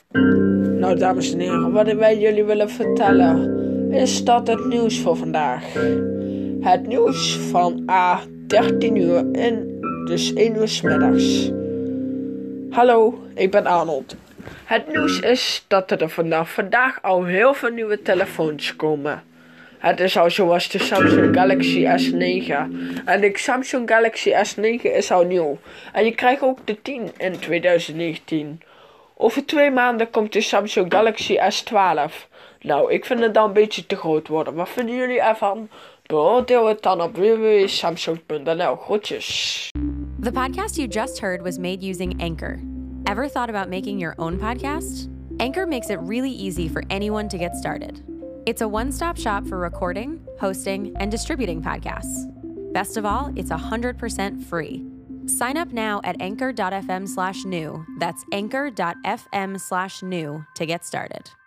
Nou, dames en heren, wat wij jullie willen vertellen is dat het nieuws voor vandaag. Het nieuws van 13 uur en dus 1 uur 's middags. Hallo, ik ben Arnold. Het nieuws is dat er vandaag al heel veel nieuwe telefoons komen. Het is al zoals de Samsung Galaxy S9. En de Samsung Galaxy S9 is al nieuw. En je krijgt ook de 10 in 2019. Over 2 maanden komt de Samsung Galaxy S12. Nou, ik vind het dan een beetje te groot worden. Wat vinden jullie ervan? Beoordeel het dan op www.samsung.nl. Groetjes. The podcast you just heard was made using Anchor. Ever thought about making your own podcast? Anchor makes it really easy for anyone to get started. It's a one-stop shop for recording, hosting, and distributing podcasts. Best of all, it's 100% free. Sign up now at anchor.fm/new. That's anchor.fm/new to get started.